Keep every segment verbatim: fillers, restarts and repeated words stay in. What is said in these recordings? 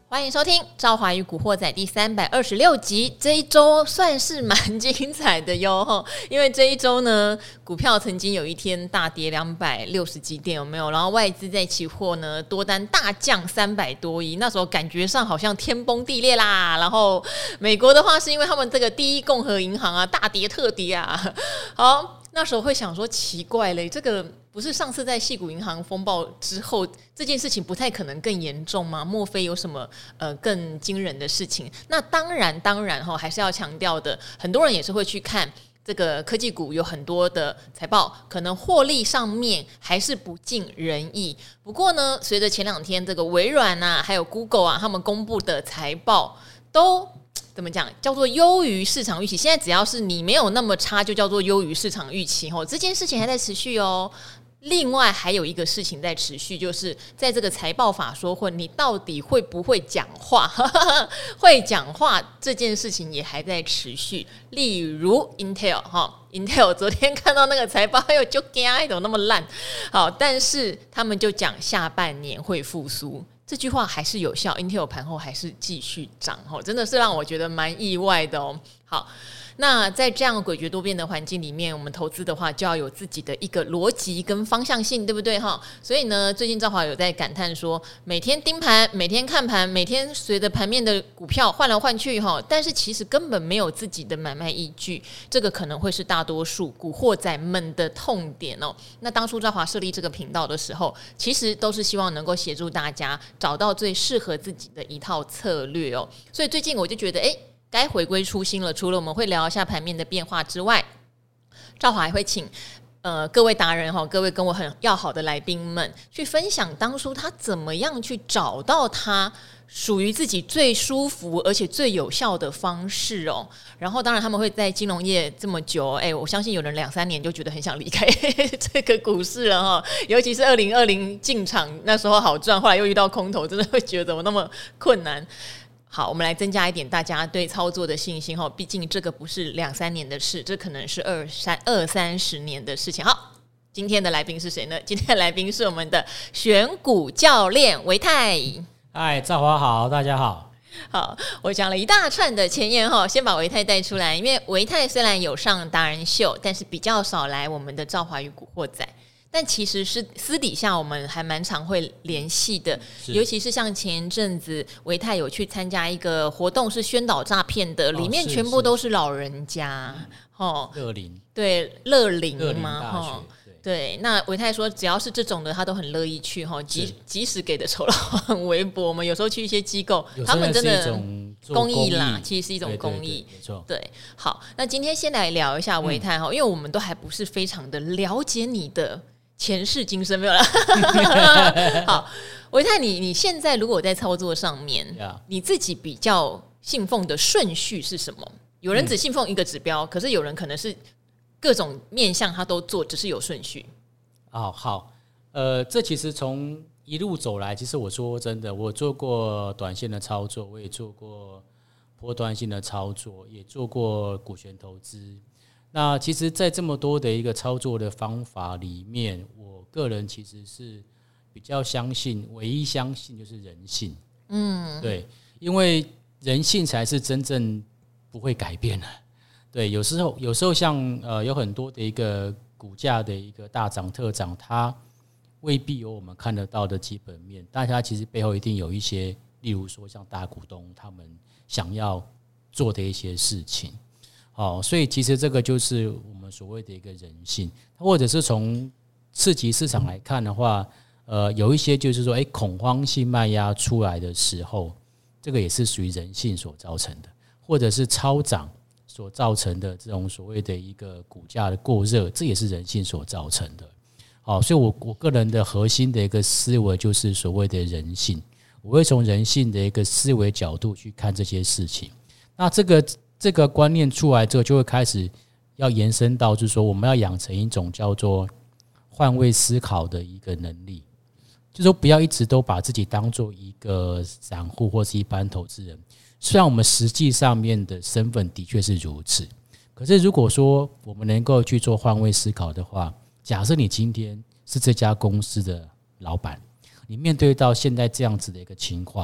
欢迎收听《赵华与古惑仔》第三百二十六集。这一周算是蛮精彩的哟，因为这一周呢，股票曾经有一天大跌两百六十几点，有没有？然后外资在期货呢多单大降三百多亿，那时候感觉上好像天崩地裂啦。然后美国的话，是因为他们这个第一共和银行啊大跌特跌啊，好，那时候会想说奇怪嘞，这个不是上次在矽谷银行风暴之后这件事情不太可能更严重吗？莫非有什么呃更惊人的事情？那当然当然齁，还是要强调的，很多人也是会去看这个科技股有很多的财报，可能获利上面还是不尽人意。不过呢，随着前两天这个微软啊还有 Google 啊他们公布的财报都怎么讲，叫做优于市场预期。现在只要是你没有那么差，就叫做优于市场预期。这件事情还在持续哦。另外还有一个事情在持续，就是在这个财报法说会，你到底会不会讲话？会讲话这件事情也还在持续。例如 Intel 哈 ，Intel 昨天看到那个财报，哎呦就惊，怎么那么烂？好，但是他们就讲下半年会复苏。这句话还是有效 ，Intel 盘后还是继续涨，真的是让我觉得蛮意外的哦。好，那在这样诡谲多变的环境里面，我们投资的话就要有自己的一个逻辑跟方向性，对不对哈？所以呢，最近赵华有在感叹说，每天盯盘，每天看盘，每天随着盘面的股票换来换去哈，但是其实根本没有自己的买卖依据，这个可能会是大多数古惑仔们的痛点哦。那当初赵华设立这个频道的时候，其实都是希望能够协助大家找到最适合自己的一套策略哦。所以最近我就觉得，哎，该回归初心了。除了我们会聊一下盘面的变化之外，赵华还会请呃各位达人哈，各位跟我很要好的来宾们去分享当初他怎么样去找到他属于自己最舒服而且最有效的方式哦。然后当然他们会在金融业这么久，哎，我相信有人两三年就觉得很想离开这个股市了哈。尤其是二零二零进场那时候好赚，后来又遇到空头，真的会觉得怎么那么困难。好，我们来增加一点大家对操作的信心，毕竟这个不是两三年的事，这可能是二三二三十年的事情。好，今天的来宾是谁呢？今天的来宾是我们的选股教练唯泰。 嗨，赵华好，大家好。 好，我讲了一大串的前言哈，先把唯泰带出来，因为唯泰虽然有上达人秀，但是比较少来我们的赵华与古惑仔。但其实是私底下我们还蛮常会联系的，尤其是像前一阵子唯泰有去参加一个活动，是宣导诈骗的，里面全部都是老人家，哦， 乐龄， 对，乐龄嘛， 哈， 对。那唯泰说，只要是这种的，他都很乐意去哈，即即使给的酬劳很微薄，我们有时候去一些机构，他们真的公益啦，其实是一种公益， 没错。 对，好，那今天先来聊一下唯泰哈，因为我们都还不是非常的了解你的前世今生，没有啦。好，唯泰，你你现在如果在操作上面， yeah. 你自己比较信奉的顺序是什么？有人只信奉一个指标，嗯、可是有人可能是各种面向他都做，只是有顺序。 哦，好，呃，这其实从一路走来，其实我说真的，我做过短线的操作，我也做过波段性的操作，也做过股权投资。那其实在这么多的一个操作的方法里面，我个人其实是比较相信，唯一相信就是人性。嗯，对，因为人性才是真正不会改变的。对，有时候有时候像呃有很多的一个股价的一个大涨特涨，它未必有我们看得到的基本面，但它其实背后一定有一些，例如说像大股东他们想要做的一些事情。哦，所以其实这个就是我们所谓的一个人性，或者是从次级市场来看的话，呃，有一些就是说，哎，恐慌性卖压出来的时候，这个也是属于人性所造成的，或者是超涨所造成的这种所谓的一个股价的过热，这也是人性所造成的。好，所以我我个人的核心的一个思维就是所谓的人性，我会从人性的一个思维角度去看这些事情。那这个。这个观念出来之后，就会开始要延伸到，就是说我们要养成一种叫做换位思考的一个能力，就是说不要一直都把自己当做一个散户或是一般投资人。虽然我们实际上面的身份的确是如此，可是如果说我们能够去做换位思考的话，假设你今天是这家公司的老板，你面对到现在这样子的一个情况，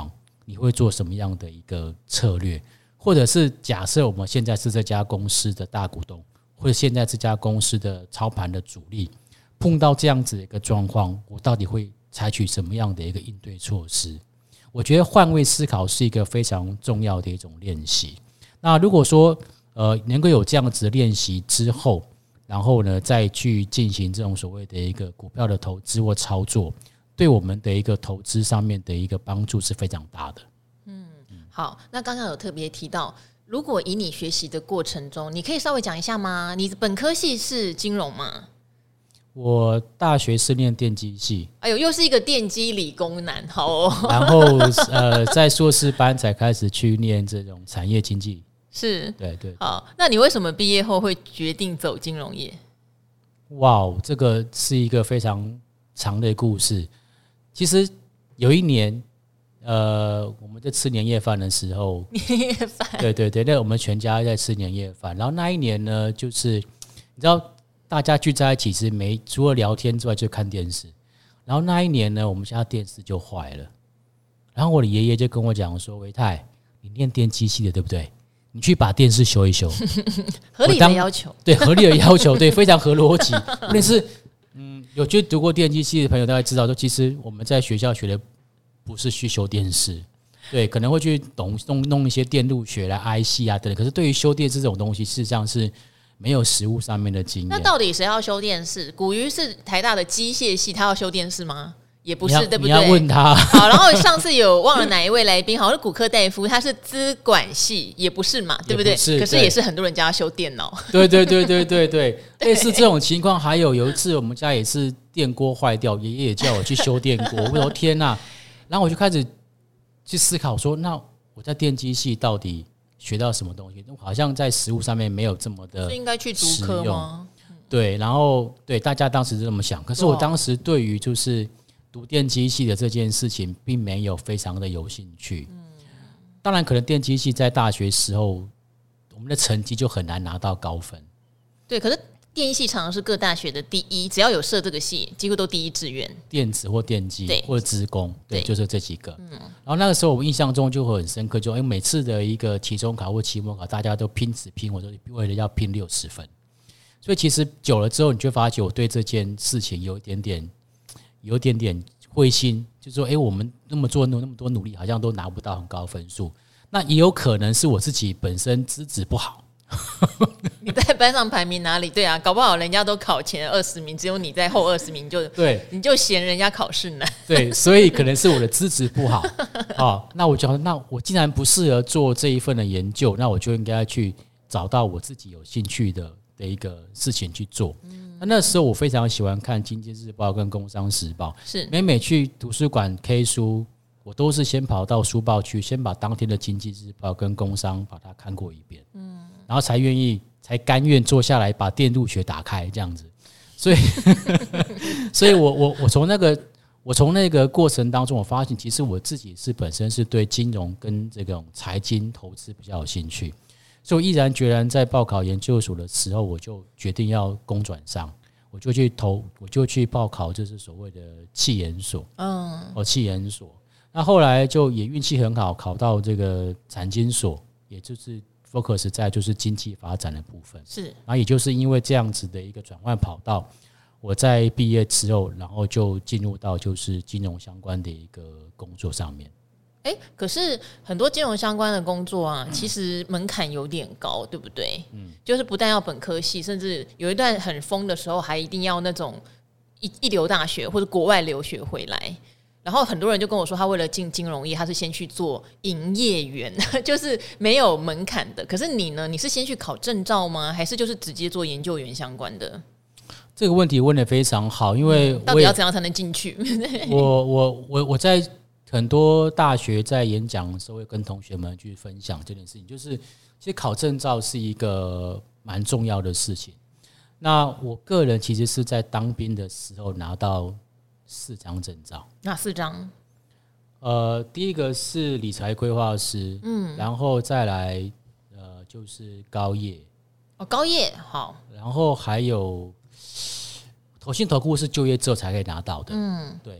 你会做什么样的一个策略？或者是假设我们现在是这家公司的大股东，或者现在这家公司的操盘的主力，碰到这样子的一个状况，我到底会采取什么样的一个应对措施？我觉得换位思考是一个非常重要的一种练习。那如果说呃能够有这样子的练习之后，然后呢再去进行这种所谓的一个股票的投资或操作，对我们的一个投资上面的一个帮助是非常大的。 嗯，好，那刚刚有特别提到，如果以你学习的过程中，你可以稍微讲一下吗？你本科系是金融吗？ 我大学是念电机系， 哎呦，又是一个电机理工男，好哦。 然后呃，在硕士班才开始去念这种产业经济。 是， 对对。 好，那你为什么毕业后会决定走金融业？ 哇，这个是一个非常长的故事。其实有一年，呃，我们在吃年夜饭的时候， 年夜饭， 对对对，那我们全家在吃年夜饭，然后那一年呢，就是你知道。大家聚在一起，其实没除了聊天之外就看电视。然后那一年呢，我们家电视就坏了。然后我的爷爷就跟我讲说：“维泰，你念电机系的对不对？你去把电视修一修。” 合理的要求， 对，合理的要求，对，非常合逻辑。但是，嗯，有去读过电机系的朋友大概知道，说其实我们在学校学的不是去修电视，对，可能会去懂弄弄一些电路学啦、I C 啊等等。可是对于修电视这种东西，事实上是没有实务上面的经验。 那到底谁要修电视？古鱼是台大的机械系，他要修电视吗？也不是，对不对？ 你要问他。 好，然后上次有忘了哪一位来宾，好像是骨科大夫，他是资管系，也不是嘛，对不对？ 是， 可是也是很多人家要修电脑。 对对对对对对，类似这种情况。还有有一次我们家也是电锅坏掉，爷爷也叫我去修电锅。我说天哪！然后我就开始去思考说，那我在电机系到底学到什么东西？好像在实务上面没有这么的实用， 是应该去读科吗？ 对，然后对大家当时是这么想，可是我当时对于就是读电机系的这件事情，并没有非常的有兴趣。嗯，当然，可能电机系在大学时候，我们的成绩就很难拿到高分。 对，可是电机系常常是各大学的第一，只要有设这个系，几乎都第一志愿。 电子或电机或者资工，对， 对就是这几个。嗯，然后那个时候我印象中就会很深刻，就因为每次的一个期中考或期末考，大家都拼死拼活，都为了要拼六十分。所以其实久了之后，你就发觉我对这件事情有一点点、有一点点灰心，就是说，哎，我们那么做那么多努力，好像都拿不到很高分数。那也有可能是我自己本身资质不好。 你在班上排名哪里？对啊，搞不好人家都考前二十名，只有你在后二十名就，就对， 你就嫌人家考试难。 对，所以可能是我的资质不好。哦，那我就那我既然不适合做这一份的研究，那我就应该去找到我自己有兴趣的的一个事情去做。嗯，那那时候我非常喜欢看《经济日报》跟《工商时报》， 是每每去图书馆 K 书，我都是先跑到书报区，先把当天的《经济日报》跟《工商》把它看过一遍。嗯，然后才愿意。才甘愿坐下来把电路学打开这样子，所以，所以我我我从那个我从那个过程当中，我发现其实我自己是本身是对金融跟这种财经投资比较有兴趣，所以我毅然决然在报考研究所的时候，我就决定要公转上，我就去投，我就去报考就是所谓的企研所，嗯，哦，企研所。那后来就也运气很好，考到这个产经所，也就是。focus 在就是经济发展的部分， 是， 然后也就是因为这样子的一个转换跑道，我在毕业之后，然后就进入到就是金融相关的一个工作上面。 哎，可是很多金融相关的工作啊，其实门槛有点高，对不对？嗯，就是不但要本科系，甚至有一段很疯的时候，还一定要那种一一流大学或者国外留学回来。然后很多人就跟我说，他为了进金融业，他是先去做营业员，就是没有门槛的。可是你呢？你是先去考证照吗？还是就是直接做研究员相关的？ 这个问题问得非常好，因为我、 嗯、到底要怎样才能进去？ 我我我我在很多大学在演讲的时候，会跟同学们去分享这件事情。就是其实考证照是一个蛮重要的事情。那我个人其实是在当兵的时候拿到。四张证照， 哪四张？ 呃，第一个是理财规划师，嗯，然后再来呃就是高业， 哦，高业好， 然后还有投信投顾是就业之后才可以拿到的，嗯，对，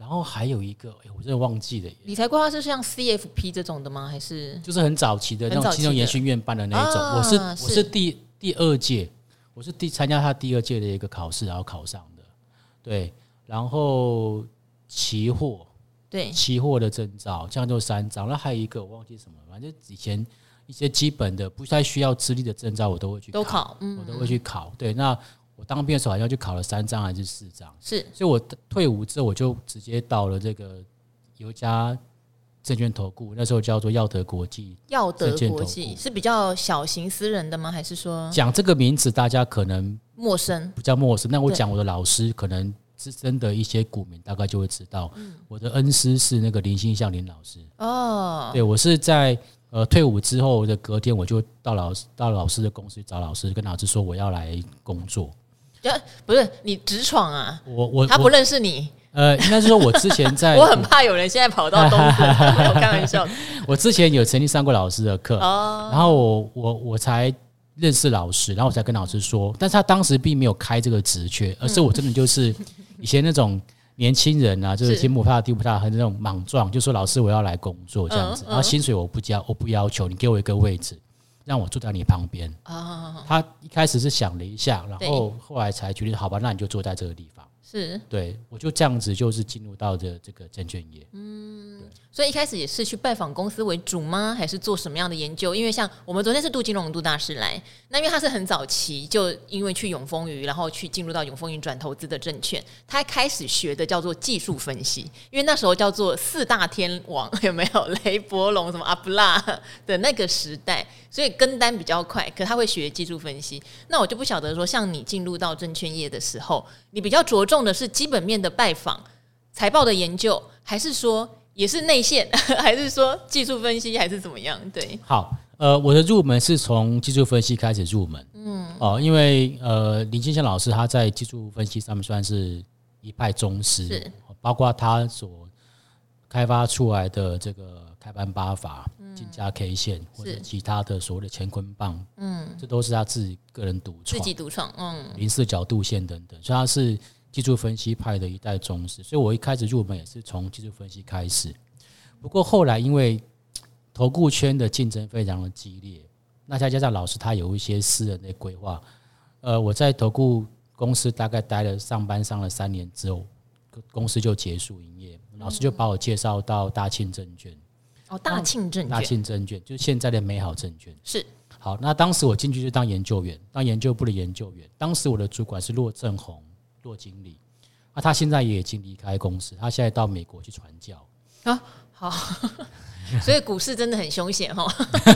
然后还有一个，哎，我真的忘记了。 理财规划是像 C F P 这种的吗？还是就是很早期的那种金融研训院办的那一种？ 啊、 我是我是第第二届，我是第参加他第二届的一个考试，然后考上的。对，然后期货， 对， 期货的证照，这样就三张。然后还有一个我忘记什么，反正以前一些基本的不太需要资历的证照，我都会去考都考，嗯， 我都会去考。对，那我当兵的时候好像就考了三张还是四张， 是， 所以我退伍之后我就直接到了这个有一家证券投顾，那时候叫做耀德国际。 耀德国际是比较小型私人的吗？还是说讲这个名字大家可能陌生， 比较陌生？那我讲我的老师，可能资深的一些股民大概就会知道，嗯、我的恩师是那个林兴向林老师。哦，对，我是在呃退伍之后的隔天，我就到老师到老师的公司找老师，跟老师说我要来工作。 不是你直闯啊！ 我我他不认识你。 呃，应该是说我之前在， 我很怕有人现在跑到东森，我开玩笑。 我之前有曾经上过老师的课，哦、然后我我我才认识老师，然后我才跟老师说，但是他当时并没有开这个职缺，而是我真的就是以前那种年轻人啊，就是天不怕地不怕，很那种莽撞，就说老师我要来工作这样子，嗯嗯、然后薪水我不交，我不要求，你给我一个位置。让我坐在你旁边、哦、他一开始是想了一下，然后后来才决定好吧，那你就坐在这个地方。是，对，我就这样子就是进入到这这个证券业。嗯， 所以一开始也是去拜访公司为主吗？还是做什么样的研究？因为像我们昨天是杜金龙杜大师来，那因为他是很早期就因为去永丰余，然后去进入到永丰余转投资的证券，他开始学的叫做技术分析，因为那时候叫做四大天王有没有雷伯龙什么阿布拉的那个时代，所以跟单比较快，可他会学技术分析。那我就不晓得说，像你进入到证券业的时候，你比较着重的是基本面的拜访、财报的研究，还是说也是内线，还是说技术分析，还是怎么样？对， 好，呃，我的入门是从技术分析开始入门，嗯，哦、呃，因为呃，林金香老师他在技术分析上面算是一派宗师，是，包括他所开发出来的这个开盘八法、竞价 K 线或者其他的所谓的乾坤棒，嗯，这都是他自己个人独创、 自己独创，嗯， 零四角度线等等，所以他是技术分析派的一代宗师。所以我一开始入门也是从技术分析开始。不过后来因为投顾圈的竞争非常的激烈，那再加上老师他有一些私人的规划，呃，我在投顾公司大概待了上班上了三年之后，公司就结束营业，老师就把我介绍到大庆证券。 哦，大庆证券， 大庆证券就是现在的美好证券。 是， 好，那当时我进去就当研究员，当研究部的研究员。当时我的主管是骆正宏，骆经理。那、啊、他现在也已经离开公司，他现在到美国去传教。 啊，好，所以股市真的很凶险哈，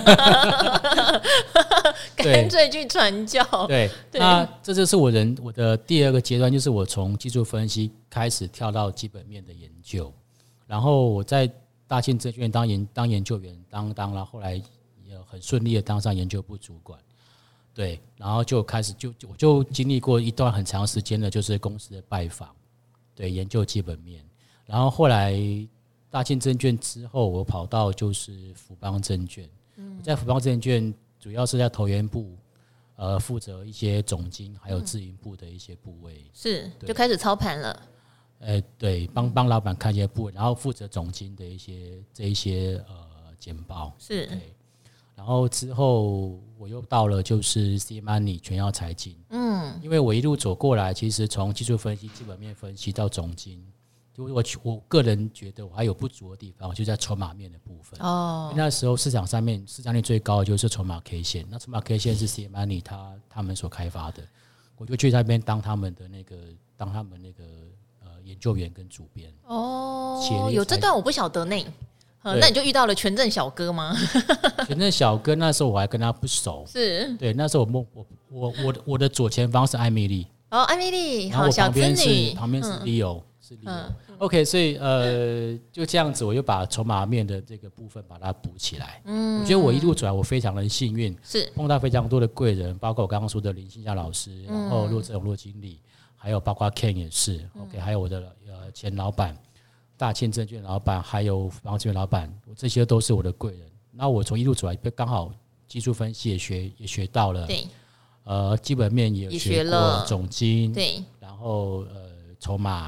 干脆去传教。 对，对，那这就是我人我的第二个阶段，就是我从技术分析开始跳到基本面的研究，然后我在大庆证券当研当研究员，当当了，后来也很顺利的当上研究部主管。对，然后就开始就我就经历过一段很长时间的，就是公司的拜访，对，研究基本面。然后后来大庆证券之后，我跑到就是福邦证券，嗯、在福邦证券主要是在投研部，呃，负责一些总经还有自营部的一些部位，嗯、 是就开始操盘了。 呃，对，帮帮老板看一些部位，然后负责总经的一些这一些呃简报， 是。 对，然后之后我又到了就是 C Money 全耀财经，嗯，因为我一路走过来，其实从技术分析、基本面分析到总经，就我我个人觉得我还有不足的地方，就在筹码面的部分。哦，那时候市场上面市占率最高的就是筹码 K 线，那筹码 K 线是 C Money 他他们所开发的，我就去那边当他们的那个当他们那个。研究员跟主编哦，有这段我不晓得呢。那你就遇到了权证小哥吗？ 权证小哥那时候我还跟他不熟， 是对那时候我我我我的我的左前方是艾米丽哦，艾米丽， 然后我旁边是旁边是 Leo、嗯、是 Leo、嗯、OK， 所以呃就这样子，我就把筹码面的这个部分把它补起来。嗯，我觉得我一路走来我非常的幸运，是碰到非常多的贵人，包括我刚刚说的林信佳老师，然后骆正宏骆经理。还有包括 Ken 也是、嗯、OK， 还有我的呃前老板大庆证券老板，还有福邦证券老板，这些都是我的贵人。那我从一路走来，刚好技术分析也学也学到了，对，呃，基本面也学过，总经，对，然后呃筹码，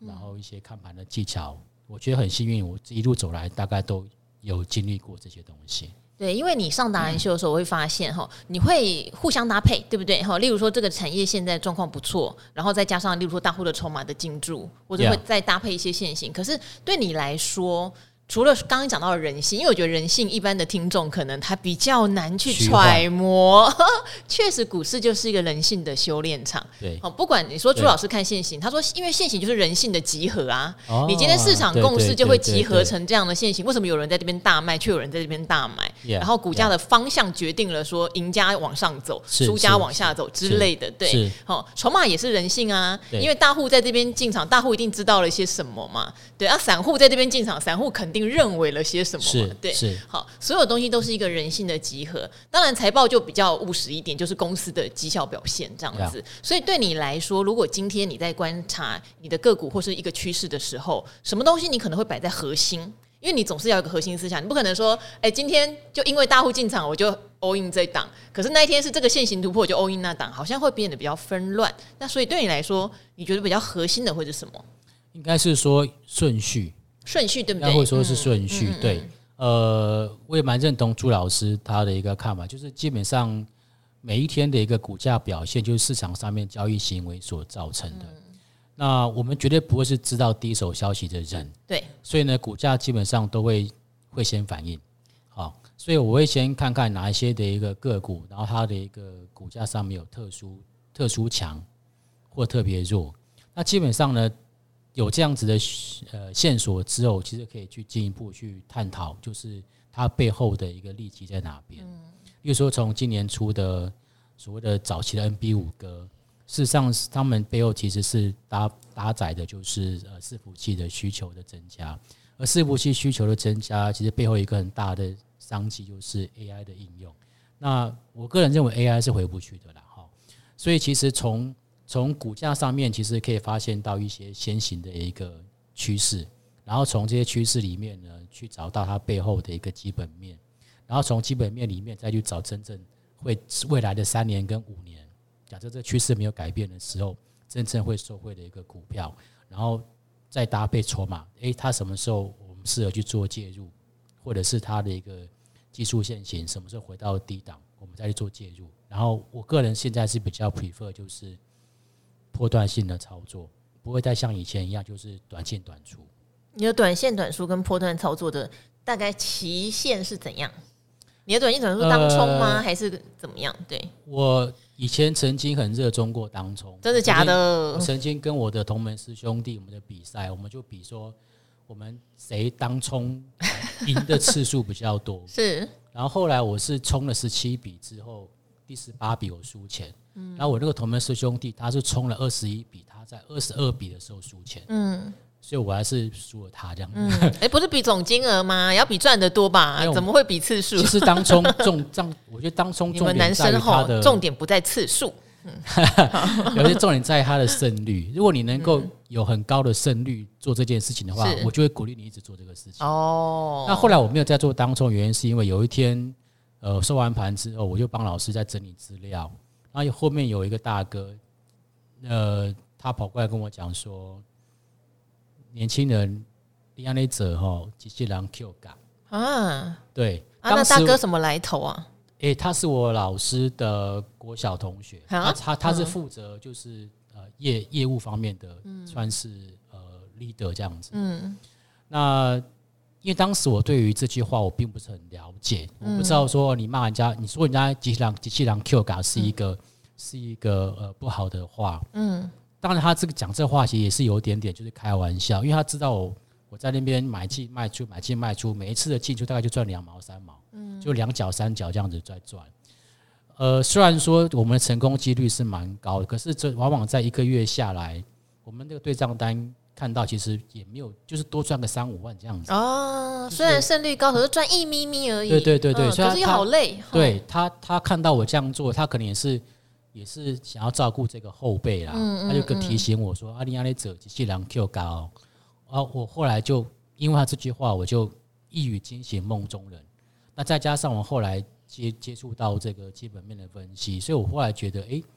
然后一些看盘的技巧，我觉得很幸运，我一路走来大概都有经历过这些东西。 对，因为你上达人秀的时候，我会发现哈，你会互相搭配，对不对？哈，例如说这个产业现在状况不错，然后再加上例如说大户的筹码的进驻，或者会再搭配一些现行。可是对你来说，除了刚刚讲到的人性，因为我觉得人性一般的听众可能他比较难去揣摩，确实股市就是一个人性的修炼场。 对， 不管你说朱老师看现行，他说因为现行就是人性的集合啊，哦、你今天市场共识就会集合成这样的现行。为什么有人在这边大卖，却有人在这边大买？ Yeah, 然后股价的方向决定了说赢家往上走，输家往下走之类的。对，好、哦，筹码也是人性啊，因为大户在这边进场，大户一定知道了一些什么嘛。对啊，散户在这边进场，散户肯定认为了些什么嘛？对， 是好，所有东西都是一个人性的集合。当然，财报就比较务实一点，就是公司的绩效表现这样子。所以对你来说，如果今天你在观察你的个股或是一个趋势的时候，什么东西你可能会摆在核心？因为你总是要有一个核心思想，你不可能说，哎，今天就因为大户进场，我就 all in 这一档，可是那一天是这个现行突破，我就 all in 那档，好像会变得比较纷乱。那所以对你来说，你觉得比较核心的会是什么？ 应该是说顺序， 顺序对不对？ 或者说是顺序， 嗯、 对。呃，我也蛮认同朱老师他的一个看法，就是基本上每一天的一个股价表现，就是市场上面交易行为所造成的。嗯、那我们绝对不会是知道第一手消息的人， 对。 所以呢，股价基本上都会会先反应。好，所以我会先看看哪一些的一个个股，然后它的一个股价上面有特殊特殊强或特别弱。那基本上呢，有这样子的呃线索之后，其实可以去进一步去探讨，就是它背后的一个利基在哪边。嗯，例如说从今年初的所谓的早期的 N B 五哥，事实上他们背后其实是搭搭载的就是呃伺服器的需求的增加，而伺服器需求的增加，其实背后一个很大的商机就是 A I 的应用。那我个人认为 A I 是回不去的啦，哈。所以其实从从股价上面，其实可以发现到一些先行的一个趋势，然后从这些趋势里面呢，去找到它背后的一个基本面，然后从基本面里面再去找真正会未来的三年跟五年，假设这个趋势没有改变的时候，真正会受惠的一个股票，然后再搭配筹码，诶，它什么时候我们适合去做介入，或者是它的一个技术线型什么时候回到低档，我们再去做介入。然后我个人现在是比较 prefer 就是波段性的操作，不会再像以前一样就是短线短出。 你的短线短出跟波段操作的大概期限是怎样？你的短线短出当冲吗、呃？还是怎么样？对， 我以前曾经很热衷过当冲， 真的假的？ 我曾经跟我的同门师兄弟，我们的比赛，我们就比说我们谁当冲赢的次数比较多。 是， 然后后来我是冲了十七笔之后，第十八笔我输钱。嗯、然后我那个同门师兄弟，他是冲了二十一笔，他在二十二笔的时候输钱。嗯。所以我还是输了他这样子。 嗯，哎，不是比总金额吗？要比赚的多吧？怎么会比次数？ 其实当冲重账，我觉得当冲重点在于它的重点不在次数，嗯、 有些重点在它的胜率。如果你能够有很高的胜率做这件事情的话，我就会鼓励你一直做这个事情。哦。那后来我没有再做当冲，原因是因为有一天，呃，收完盘之后，我就帮老师在整理资料，然后后面有一个大哥，呃，他跑过来跟我讲说。年轻人，你安尼做吼，机器人 Q 感啊，对啊，那大哥什么来头啊？ 哎、欸，他是我老师的国小同学，他他他是负责就是呃业业务方面的，嗯、算是呃 leader 这样子。嗯，那因为当时我对于这句话我并不是很了解，嗯、我不知道说你骂人家，你说人家机器人机器人 Q 感是一个、嗯、是一个呃不好的话，嗯。当然，他这个讲这话其实也是有点点就是开玩笑，因为他知道我我在那边买进卖出买进卖出，每一次的进出大概就赚两毛三毛，嗯，就两角三角这样子在赚。呃，虽然说我们的成功几率是蛮高的，可是这往往在一个月下来，我们这个对账单看到其实也没有，就是多赚个三五万这样子。 哦，虽然胜率高，可是赚一咪咪而已。 对对对对，嗯、 可是又好累。 对他，他看到我这样做，他可能也是。也是想要照顾这个后辈啦，嗯嗯嗯他就跟提醒我说：“啊，你安尼做机器人 Q 高。”啊，我后来就因为他这句话，我就一语惊醒梦中人。那再加上我后来接接触到这个基本面的分析，所以我后来觉得，哎、欸，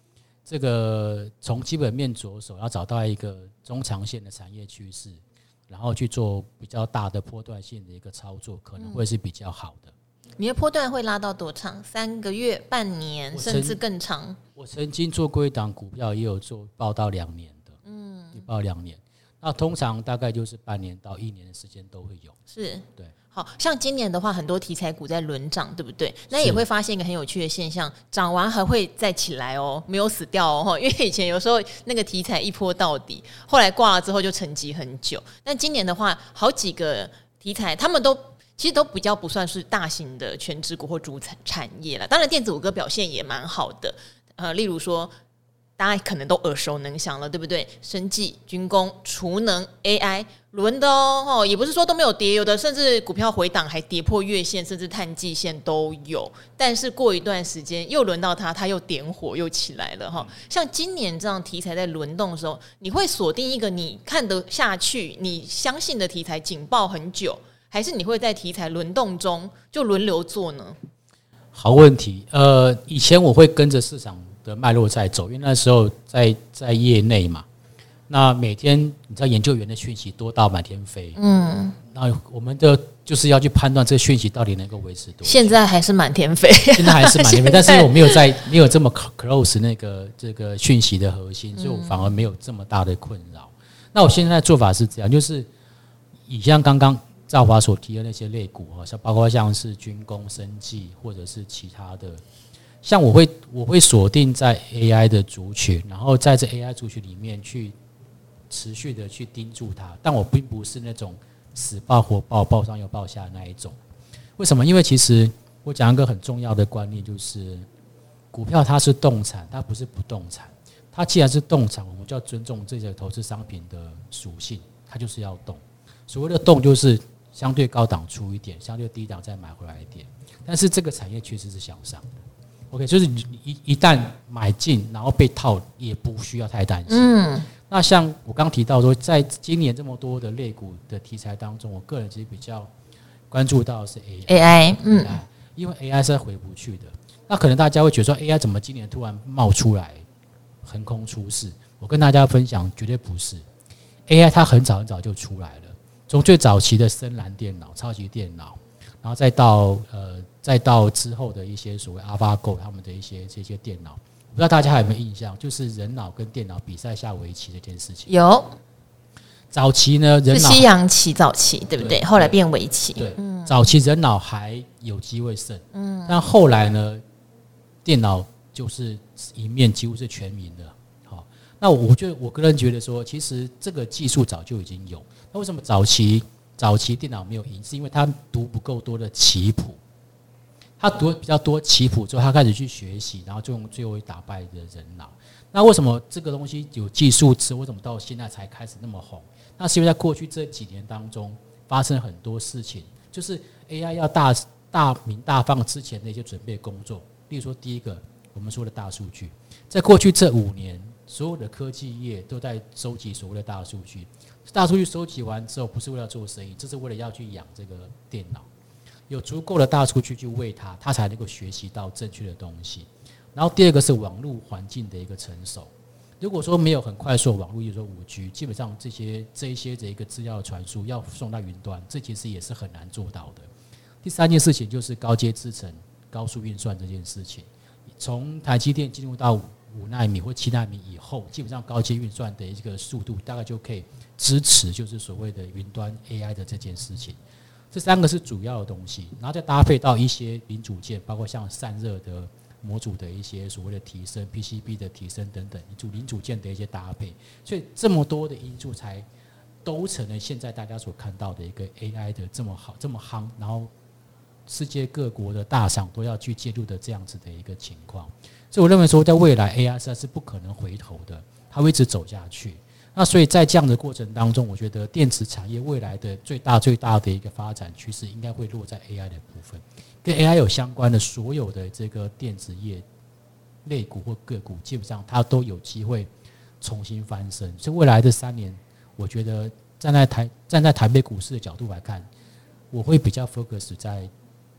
这个从基本面着手，要找到一个中长线的产业趋势，然后去做比较大的波段性的一个操作，可能会是比较好的。 嗯、你的波段会拉到多长？三个月、半年，甚至更长？ 我曾经做过一档股票，也有做报到两年的，嗯，报两年。那通常大概就是半年到一年的时间都会有。 是， 对。 好像今年的话，很多题材股在轮涨，对不对？那也会发现一个很有趣的现象，涨完还会再起来哦，没有死掉哦。因为以前有时候那个题材一波到底，后来挂了之后就沉寂很久。但今年的话，好几个题材他们都其实都比较不算是大型的全指股或主产业了。当然，电子五哥表现也蛮好的，呃，例如说。大家可能都耳熟能详了，对不对？生技、军工、储能、A I 轮的哦，也不是说都没有跌，有的甚至股票回档还跌破月线，甚至碳季线都有。但是过一段时间又轮到它，它又点火又起来了哈。像今年这样题材在轮动的时候，你会锁定一个你看得下去、你相信的题材，紧抱很久，还是你会在题材轮动中就轮流做呢？ 好问题，呃，以前我会跟着市场的脉络在走，因为那时候在在业内嘛，那每天你知道研究员的讯息多到满天飞，嗯，那我们的就是要去判断这个讯息到底能够维持多久。 现在还是满天飞， 现在还是满天飞，但是我没有在没有这么 close 那个这个讯息的核心，所以我反而没有这么大的困扰。那我现在的做法是这样，就是以像刚刚兆华所提的那些类股，像包括像是军工、生技或者是其他的。像我会我会锁定在 A I 的族群，然后在这 A I 族群里面去持续的去盯住它，但我并不是那种死抱活抱抱上又抱下的那一种。为什么？因为其实我讲一个很重要的观念，就是股票它是动产，它不是不动产。它既然是动产，我们就要尊重这些投资商品的属性，它就是要动。所谓的动，就是相对高档出一点，相对低档再买回来一点。但是这个产业确实是向上的。OK， 就是你一一旦买进，然后被套，也不需要太担心。嗯，那像我刚提到说，在今年这么多的类股的题材当中，我个人其实比较关注到的是 A I， 嗯，因为 A I 是回不去的。那可能大家会觉得说 ，A I 怎么今年突然冒出来，横空出世？我跟大家分享，绝对不是 A I， 它很早很早就出来了，从最早期的深蓝电脑、超级电脑。然后再到呃，再到之后的一些所谓 AlphaGo 他们的一些这些电脑，不知道大家还有没有印象？就是人脑跟电脑比赛下围棋这件事情。 有。 早期呢，人脑是西洋棋早期，对不对？对，后来变围棋。 对，嗯、早期人脑还有机会胜，嗯，但后来呢，电脑就是赢面几乎是全民的。好，那我觉得我个人觉得说，其实这个技术早就已经有。那为什么早期？早期电脑没有赢，是因为他读不够多的棋谱，他读比较多棋谱之后，他开始去学习，然后就用最后打败的人脑。那为什么这个东西有技术之后，为什么到现在才开始那么红？那是因为在过去这几年当中发生很多事情，就是 A I 要大大名大放之前的一些准备工作。例如说，第一个我们说的大数据，在过去这五年，所有的科技业都在收集所谓的大数据。大数据收集完之后，不是为了做生意，这是为了要去养这个电脑。有足够的大数据去喂它，它才能够学习到正确的东西。然后第二个是网络环境的一个成熟。如果说没有很快速的网络，比如说五 G， 基本上这些这一些的一个资料的传输要送到云端，这其实也是很难做到的。第三件事情就是高阶制程、高速运算这件事情。从台积电进入到五奈米或七奈米以后，基本上高阶运算的一个速度大概就可以支持，就是所谓的云端 A I 的这件事情。这三个是主要的东西，然后再搭配到一些零组件，包括像散热的模组的一些所谓的提升、P C B 的提升等等，组零组件的一些搭配，所以这么多的因素才都成了现在大家所看到的一个 A I 的这么好、这么夯，然后世界各国的大厂都要去介入的这样子的一个情况。所以我认为说，在未来 A I 实在是不可能回头的，它会一直走下去。那所以在这样的过程当中，我觉得电子产业未来的最大最大的一个发展趋势，应该会落在 A I 的部分，跟 A I 有相关的所有的这个电子业类股或个股，基本上它都有机会重新翻身。所以未来这三年，我觉得站在台站在台北股市的角度来看，我会比较 focus 在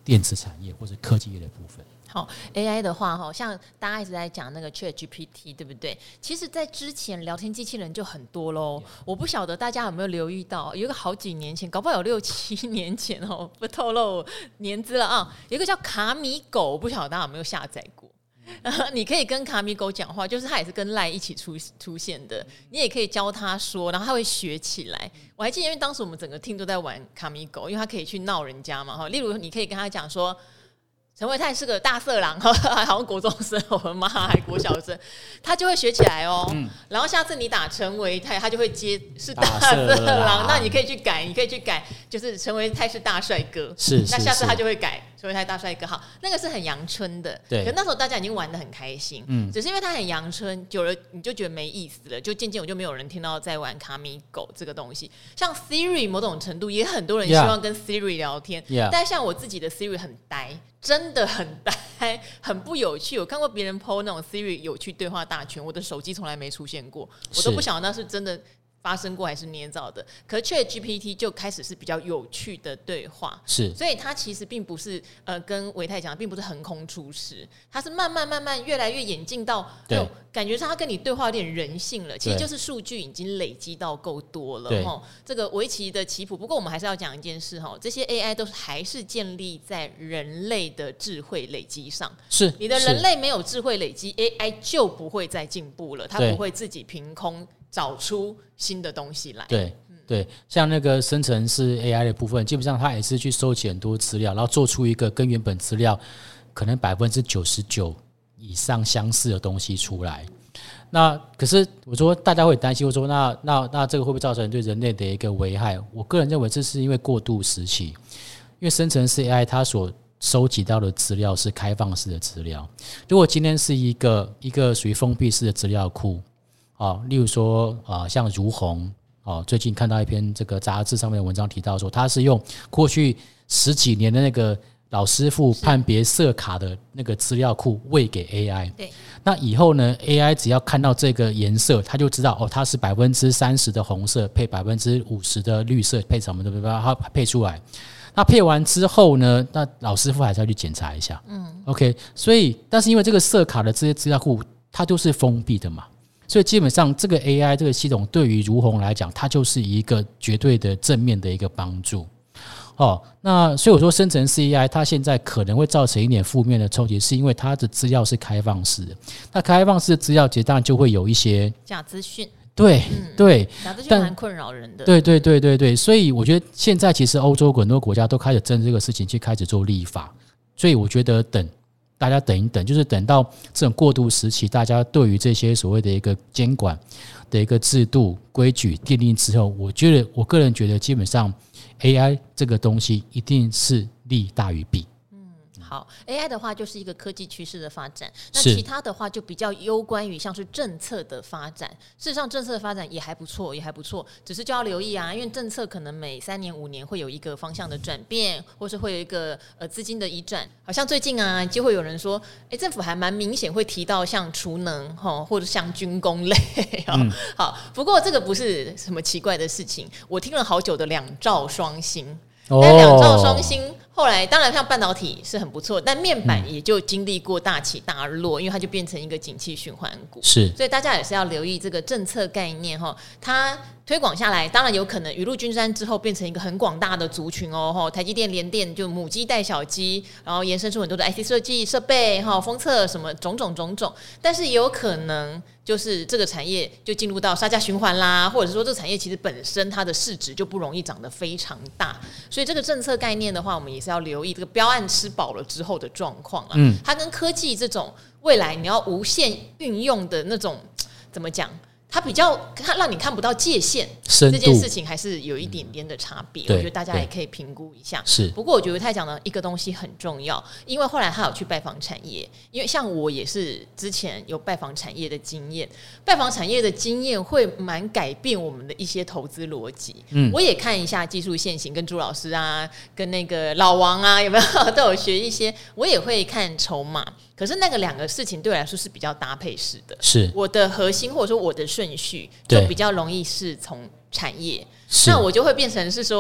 电子产业或者科技业的部分。 好 ，A I 的话，像大家一直在讲那个 Chat G P T， 对不对？其实，在之前聊天机器人就很多喽。我不晓得大家有没有留意到，有一个好几年前，搞不好有六七年前哦，不透露年资了啊。有一个叫卡米狗，不晓得大家有没有下载过？你可以跟卡米狗讲话，就是它也是跟赖一起出出现的。你也可以教它说，然后它会学起来。我还记得，因为当时我们整个 team 都在玩卡米狗，因为它可以去闹人家嘛。例如，你可以跟他讲说。陈维泰是个大色狼，好像国中生，我的妈，还国小生，他就会学起来哦。嗯、然后下次你打陈维泰，他就会接是大色狼，那你可以去改，你可以去改，就是陈维泰是大帅哥， 是， 那下次他就会改陈维泰大帅哥。好，那个是很阳春的， 对。 可那时候大家已经玩得很开心，嗯，只是因为他很阳春，久了你就觉得没意思了，就渐渐我就没有人听到在玩卡米狗这个东西。像 Siri 某种程度也很多人希望跟 Siri 聊天， yeah, 但像我自己的 Siri 很呆。真的很呆，很不有趣。我看过别人 po 那种 Siri 有趣对话大全，我的手机从来没出现过，我都不晓得那是真的发生过还是捏造的。可是 Chat G P T 就开始是比较有趣的对话， 是， 所以它其实并不是呃跟维泰讲的，并不是横空出世，它是慢慢慢慢越来越演进到，对，感觉上它跟你对话有点人性了。其实就是数据已经累积到够多了哈。这个围棋的棋谱，不过我们还是要讲一件事哈，这些 A I 都是还是建立在人类的智慧累积上。 是， 你的人类没有智慧累积 ，A I 就不会再进步了，它不会自己凭空找出新的东西来。 对、嗯、对，像那个生成式 A I 的部分，基本上它也是去收集很多资料，然后做出一个跟原本资料可能百分之九十九以上相似的东西出来。那可是我说大家会担心，我说那那那这个会不会造成对人类的一个危害？我个人认为这是因为过渡时期，因为生成式 A I 它所收集到的资料是开放式的资料。如果今天是一个一个属于封闭式的资料库。哦，例如说啊、呃，像如虹哦，最近看到一篇这个杂志上面的文章提到说，他是用过去十几年的那个老师傅判别色卡的那个资料库喂给 A I。 对， 那以后呢 ，A I 只要看到这个颜色，他就知道哦，它是百分之三十的红色配百分之五十的绿色配什么的，它配出来。那配完之后呢，那老师傅还是要去检查一下。嗯 ，OK， 所以但是因为这个色卡的这些资料库，它都是封闭的嘛。所以基本上，这个 A I 这个系统对于如虹来讲，它就是一个绝对的正面的一个帮助。哦，那所以我说，生成式 A I 它现在可能会造成一点负面的冲击，是因为它的资料是开放式的。那开放式的资料，其实当然就会有一些假资讯。 对、嗯、对， 假资讯蛮困扰人的。 对对对对对，所以我觉得现在其实欧洲很多国家都开始针对这个事情去开始做立法。所以我觉得等。大家等一等，就是等到这种过渡时期，大家对于这些所谓的一个监管的一个制度规矩奠定之后，我觉得我个人觉得，基本上 A I 这个东西一定是利大于弊。 好 ，A I 的话就是一个科技趋势的发展，那其他的话就比较攸关于像是政策的发展。事实上，政策的发展也还不错，也还不错，只是就要留意啊，因为政策可能每三年、五年会有一个方向的转变，或是会有一个呃资金的移转。好像最近啊，就会有人说，哎，政府还蛮明显会提到像储能哈，或者像军工类。嗯、好，不过这个不是什么奇怪的事情。我听了好久的两兆双星，但两兆双星。后来当然像半导体是很不错，但面板也就经历过大起大落，因为它就变成一个景气循环股。 是， 所以大家也是要留意这个政策概念哈，它推广下来，当然有可能雨露均沾之后变成一个很广大的族群哦。台积电、联电就母机带小机，然后延伸出很多的 I C 设计设备哈、封测什么种种种种，但是也有可能就是这个产业就进入到杀价循环啦，或者是说这个产业其实本身它的市值就不容易长得非常大，所以这个政策概念的话，我们也是要留意这个标案吃饱了之后的状况啦。嗯，它跟科技这种未来你要无限运用的那种怎么讲？它比较它让你看不到界限，这件事情还是有一点点的差别、嗯、我觉得大家也可以评估一下。 是， 不过我觉得他讲的一个东西很重要，因为后来他有去拜访产业，因为像我也是之前有拜访产业的经验，拜访产业的经验会蛮改变我们的一些投资逻辑。嗯，我也看一下技术线型，跟朱老师啊，跟那个老王啊，有没有都有学一些，我也会看筹码。可是那个两个事情对我来说是比较搭配式的， 是我的核心或者说我的顺序就比较容易是从产业，那我就会变成是说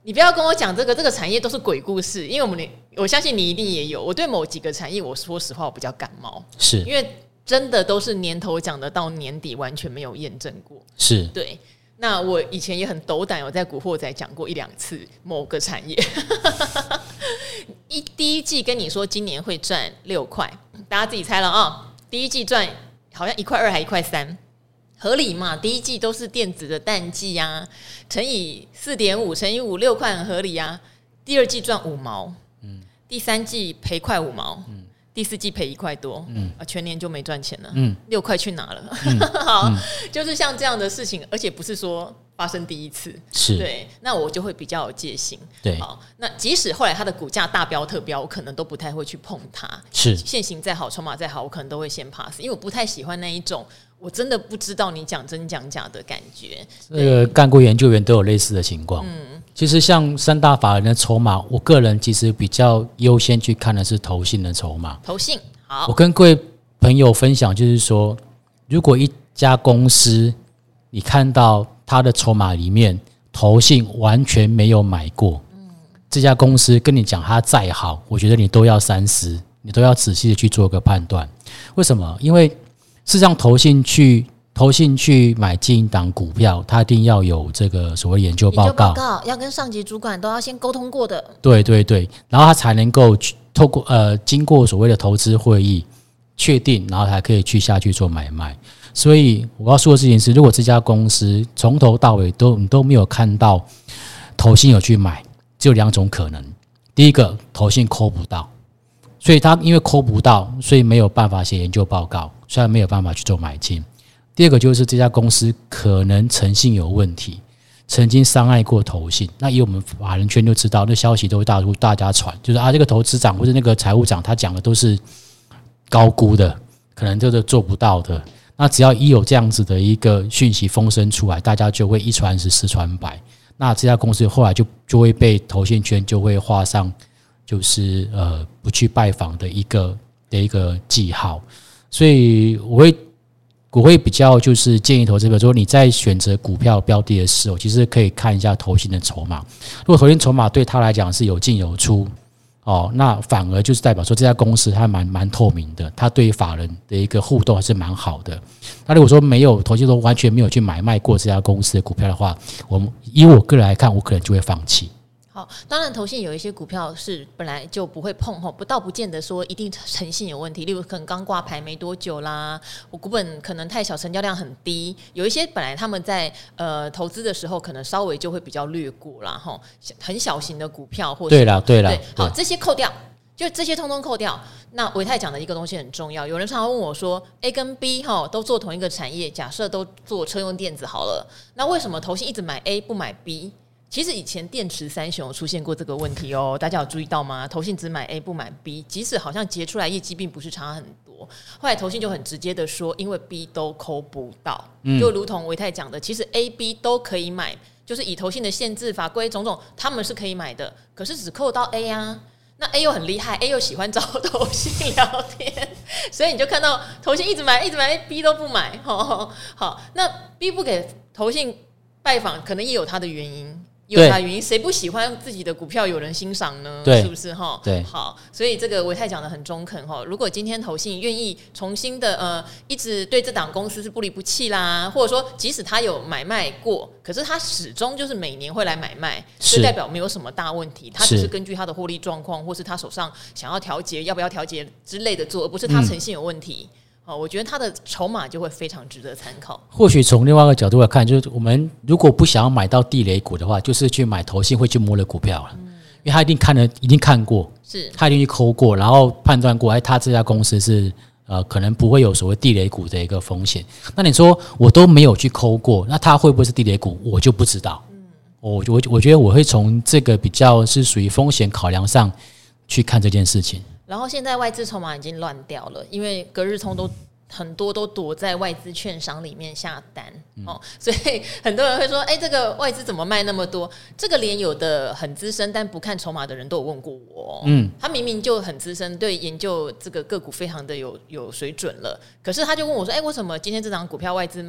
你不要跟我讲这个，这个产业都是鬼故事，因为我们我相信你一定也有。我对某几个产业，我说实话我比较感冒， 是因为真的都是年头讲的，到年底完全没有验证过。 是， 对。那我以前也很斗胆，有在古惑仔讲过一两次某个产业。一第一季跟你说今年会赚六块，大家自己猜了啊。第一季赚好像一块二还一块三。合理嘛？第一季都是电子的淡季啊，乘以四点五乘以五六块很合理啊。第二季赚五毛，嗯，第三季赔快五毛，嗯，第四季赔一块多，嗯，啊，全年就没赚钱了，嗯，六块去哪了？嗯、好、嗯，就是像这样的事情，而且不是说发生第一次， 是对，那我就会比较有戒心， 对， 好，那即使后来它的股价大飙特飙，我可能都不太会去碰它， 是现行再好，筹码再好，我可能都会先 pass， 因为我不太喜欢那一种。我真的不知道你讲真讲假的感觉。 这个干过研究员都有类似的情况。嗯，其实像三大法人的筹码，我个人其实比较优先去看的是投信的筹码。 投信好， 我跟各位朋友分享，就是说，如果一家公司你看到它的筹码里面投信完全没有买过，嗯，这家公司跟你讲它再好，我觉得你都要三思，你都要仔细的去做个判断。为什么？因为事实上，投信去投信去买进一档股票，它一定要有这个所谓研究报告， 研究报告要跟上级主管都要先沟通过的。 对对对，然后它才能够透过呃经过所谓的投资会议确定，然后才可以去下去做买卖。所以我要说的事情是，如果这家公司从头到尾都你都没有看到投信有去买，只有两种可能：第一个，投信抠不到。所以他因为抠不到，所以没有办法写研究报告，所以他没有办法去做买进。第二个就是这家公司可能诚信有问题，曾经伤害过投信。那以我们法人圈就知道，那消息都会大陆大家传，就是啊，这个投资长或者那个财务长他讲的都是高估的，可能就是做不到的。那只要一有这样子的一个讯息风声出来，大家就会一传十，十传百。那这家公司后来就就会被投信圈就会画上。就是呃不去拜访的一个的一个记号，所以我会我会比较就是建议投资者说，你在选择股票标的的时候，其实可以看一下投信的筹码。如果投信筹码对他来讲是有进有出哦，那反而就是代表说这家公司它蛮蛮透明的，它对于法人的一个互动还是蛮好的。那如果说没有投信都完全没有去买卖过这家公司的股票的话，我们以我个人来看，我可能就会放弃。 好，当然投信有一些股票是本来就不会碰，不到不见得说一定诚信有问题，例如可能刚挂牌没多久啦，我股本可能太小，成交量很低，有一些本来他们在呃投资的时候可能稍微就会比较略过啦，很小型的股票或者对啦对啦， 好，这些扣掉，就这些通通扣掉。那维泰讲的一个东西很重要，有人常常问我说 A 跟 B 都做同一个产业，假设都做车用电子好了，那为什么投信一直买 A 不买 B？其实以前电池三雄有出现过这个问题哦，大家有注意到吗？投信只买 A 不买 B， 即使好像结出来业绩并不是差很多，后来投信就很直接的说，因为 B 都抠不到，嗯、就如同维泰讲的，其实 A、B 都可以买，就是以投信的限制法规种种，他们是可以买的，可是只扣到 A 啊。那 A 又很厉害 ，A 又喜欢找投信聊天，所以你就看到投信一直买，一直买 ，B 都不买。好，好，那 B 不给投信拜访，可能也有它的原因。有它原因，谁不喜欢自己的股票有人欣赏呢？是不是哈？ 对， 好，所以这个维泰讲的很中肯哈。如果今天投信愿意重新的呃，一直对这档公司是不离不弃啦，或者说即使他有买卖过，可是他始终就是每年会来买卖，就代表没有什么大问题。他只是根据他的获利状况，或是他手上想要调节要不要调节之类的做，而不是他诚信有问题。嗯哦，我觉得它的筹码就会非常值得参考。 或许从另外一个角度来看，就是我们如果不想要买到地雷股的话，就是去买投信会去摸的股票了，嗯、因为他一定看了，一定看过， 是他一定去抠过，然后判断过，哎，他这家公司是呃可能不会有所谓地雷股的一个风险。那你说我都没有去抠过，那他会不会是地雷股？我就不知道。嗯，我我我觉得我会从这个比较是属于风险考量上去看这件事情。 然后现在外资筹码已经乱掉了，因为隔日冲都很多都躲在外资券商里面下单、嗯哦、所以很多人会说，哎，这个外资怎么卖那么多？这个连有的很资深但不看筹码的人都有问过我、哦，嗯，他明明就很资深，对研究这个个股非常的有有水准了，可是他就问我说，哎，为什么今天这张股票外资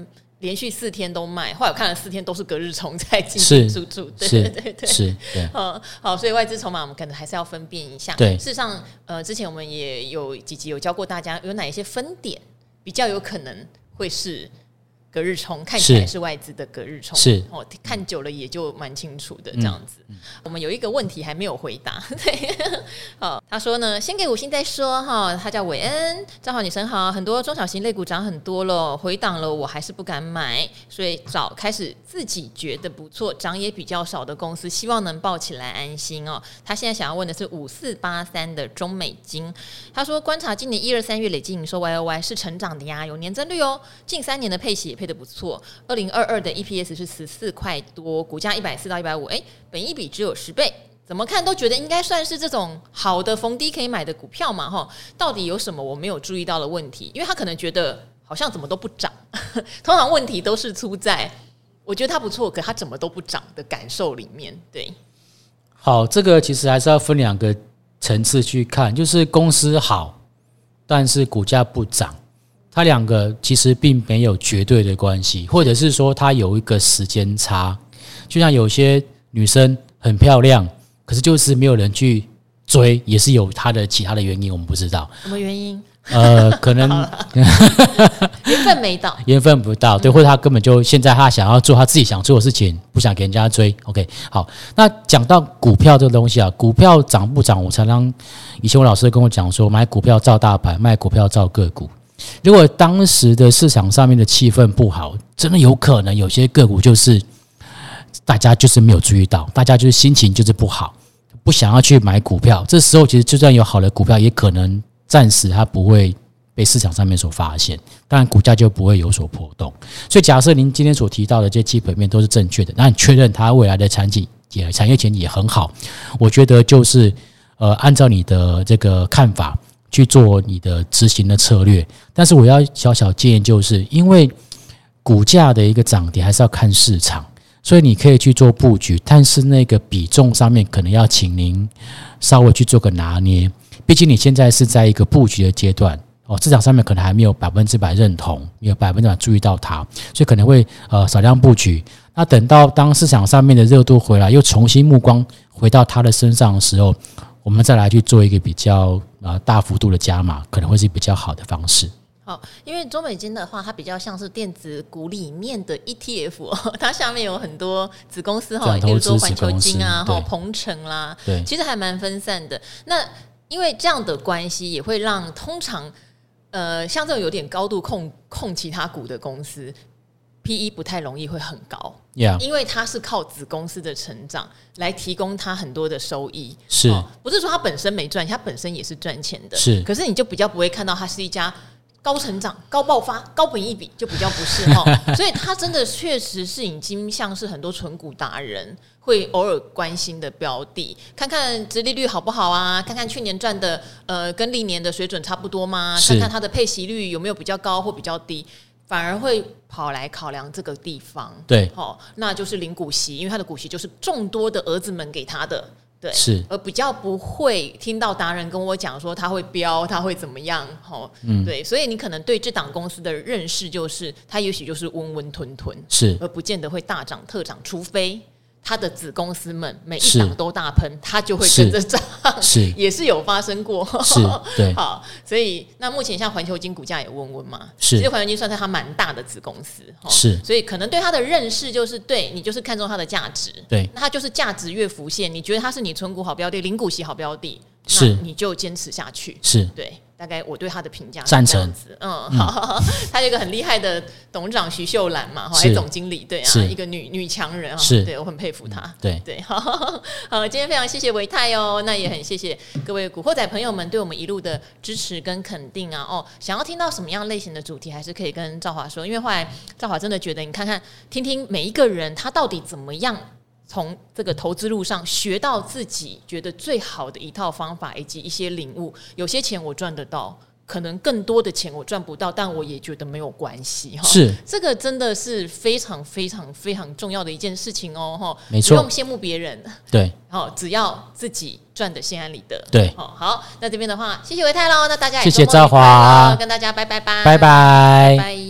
连续四天都卖，后来我看了四天都是隔日冲在进进出出，对对对对， 是，对， 嗯，好，所以外资筹码我们可能还是要分辨一下。 对， 事实上，呃，之前我们也有几集有教过大家，有哪一些分点比较有可能会是隔日冲，看起来是外资的隔日冲， 是哦，看久了也就蛮清楚的这样子。嗯嗯、我们有一个问题还没有回答，对，哦，他说呢，先给五星再说哈。他叫韦恩，张好女神好，很多中小型类股涨很多了，回档了，我还是不敢买，所以找开始自己觉得不错，涨也比较少的公司，希望能抱起来安心哦。他现在想要问的是五四八三的中美金，他说观察今年一二三月累计营收 Y O Y 是成长的呀，有年增率哦，近三年的配息也配得不错，二零二二的 E P S 是十四块多，股价一百四到一百五，哎，本益比只有十倍，怎么看都觉得应该算是这种好的逢低可以买的股票嘛，哈，到底有什么我没有注意到的问题？因为他可能觉得好像怎么都不涨，通常问题都是出在我觉得它不错，可它怎么都不涨的感受里面。对， 好，这个其实还是要分两个层次去看，就是公司好，但是股价不涨。它两个其实并没有绝对的关系，或者是说它有一个时间差，就像有些女生很漂亮，可是就是没有人去追，也是有它的其他的原因，我们不知道什么原因。 呃，可能缘分没到， 缘分不到，对，或者他根本就现在他想要做他自己想做的事情，不想给人家追。OK， 好，那讲到股票这个东西啊，股票涨不涨，我常常以前我老师跟我讲说，买股票照大盘，卖股票照个股。如果当时的市场上面的气氛不好，真的有可能有些个股就是大家就是没有注意到，大家就是心情就是不好，不想要去买股票。这时候其实就算有好的股票，也可能暂时它不会被市场上面所发现，当然股价就不会有所波动。所以假设您今天所提到的这些基本面都是正确的，那你确认它未来的产景也产业前景也很好，我觉得就是呃按照你的这个看法去做你的执行的策略。但是我要小小建议，就是因为股价的一个涨跌还是要看市场，所以你可以去做布局，但是那个比重上面可能要请您稍微去做个拿捏。毕竟你现在是在一个布局的阶段哦，市场上面可能还没有百分之百认同，没有百分之百注意到它，所以可能会呃少量布局。那等到当市场上面的热度回来，又重新目光回到它的身上的时候，我们再来去做一个比较呃大幅度的加码，可能会是比较好的方式。 好，因为中美金的话，它比较像是电子股里面的 E T F，、哦、它下面有很多子公司哈，比如说环球金啊、鹏程啦，对，其实还蛮分散的。那因为这样的关系，也会让通常呃像这种有点高度控控其他股的公司 ，P E 不太容易会很高。 Yeah. 因为它是靠子公司的成长来提供它很多的收益， 是、哦、 不是说它本身没赚，它本身也是赚钱的， 是。 可是你就比较不会看到它是一家高成长、高爆发、高本益比，就比较不是哈。所以它真的确实是已经像是很多纯股达人会偶尔关心的标的，看看殖利率好不好啊，看看去年赚的呃跟历年的水准差不多吗？看看它的配息率有没有比较高或比较低。反而会跑来考量这个地方， 对， 哦，那就是领股息，因为他的股息就是众多的儿子们给他的，对， 是， 而比较不会听到达人跟我讲说他会飙，他会怎么样，哦，嗯，对，所以你可能对这档公司的认识就是，它也许就是温温吞吞， 是， 而不见得会大涨特涨，除非他的子公司们每一档都大喷，他就会跟着涨， 是也是有发生过， 是，对， 好，所以那目前像环球金股价也温温嘛， 是， 其实环球金算是它蛮大的子公司， 是， 所以可能对它的认识就是对你就是看中它的价值， 对， 那它就是价值越浮现，你觉得它是你存股好标的、领股息好标的， 是， 那你就坚持下去， 是， 对。大概我对他的评价赞成， 嗯，好，他有一个很厉害的董事长徐秀兰嘛，还是总经理，对啊，一个女女强人啊， 是， 对我很佩服她， 对对，好，好，今天非常谢谢维泰哦，那也很谢谢各位古惑仔朋友们对我们一路的支持跟肯定啊，哦，想要听到什么样类型的主题，还是可以跟兆华说，因为后来兆华真的觉得，你看看听听每一个人他到底怎么样。从这个投资路上学到自己觉得最好的一套方法以及一些领悟，有些钱我赚得到，可能更多的钱我赚不到，但我也觉得没有关系。 是， 这个真的是非常非常非常重要的一件事情哦， 没错， 不用羡慕别人， 对， 只要自己赚得心安理得， 对， 好，那这边的话，谢谢维泰喽，那大家也谢谢兆华， 跟大家拜拜拜拜拜。 拜拜。